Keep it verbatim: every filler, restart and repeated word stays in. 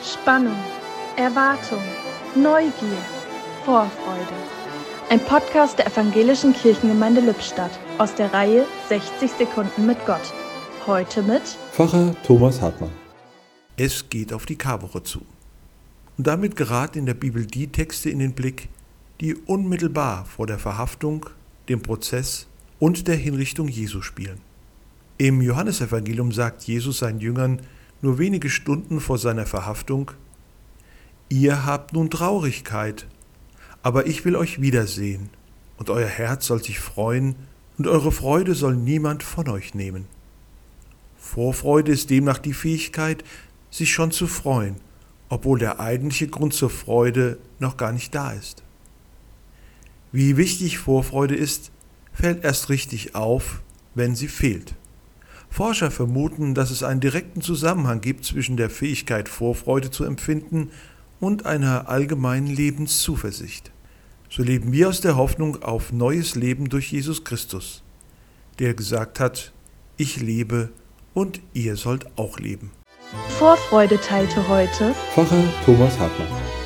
Spannung, Erwartung, Neugier, Vorfreude. Ein Podcast der Evangelischen Kirchengemeinde Lippstadt aus der Reihe sechzig Sekunden mit Gott. Heute mit Pfarrer Thomas Hartmann. Es geht auf die Karwoche zu. Und damit geraten in der Bibel die Texte in den Blick, die unmittelbar vor der Verhaftung, dem Prozess und der Hinrichtung Jesu spielen. Im Johannesevangelium sagt Jesus seinen Jüngern nur wenige Stunden vor seiner Verhaftung: Ihr habt nun Traurigkeit, aber ich will euch wiedersehen, und euer Herz soll sich freuen, und eure Freude soll niemand von euch nehmen. Vorfreude ist demnach die Fähigkeit, sich schon zu freuen, obwohl der eigentliche Grund zur Freude noch gar nicht da ist. Wie wichtig Vorfreude ist, fällt erst richtig auf, wenn sie fehlt. Forscher vermuten, dass es einen direkten Zusammenhang gibt zwischen der Fähigkeit, Vorfreude zu empfinden und einer allgemeinen Lebenszuversicht. So leben wir aus der Hoffnung auf neues Leben durch Jesus Christus, der gesagt hat: Ich lebe und ihr sollt auch leben. Vorfreude teilte heute Pfarrer Thomas Hartmann.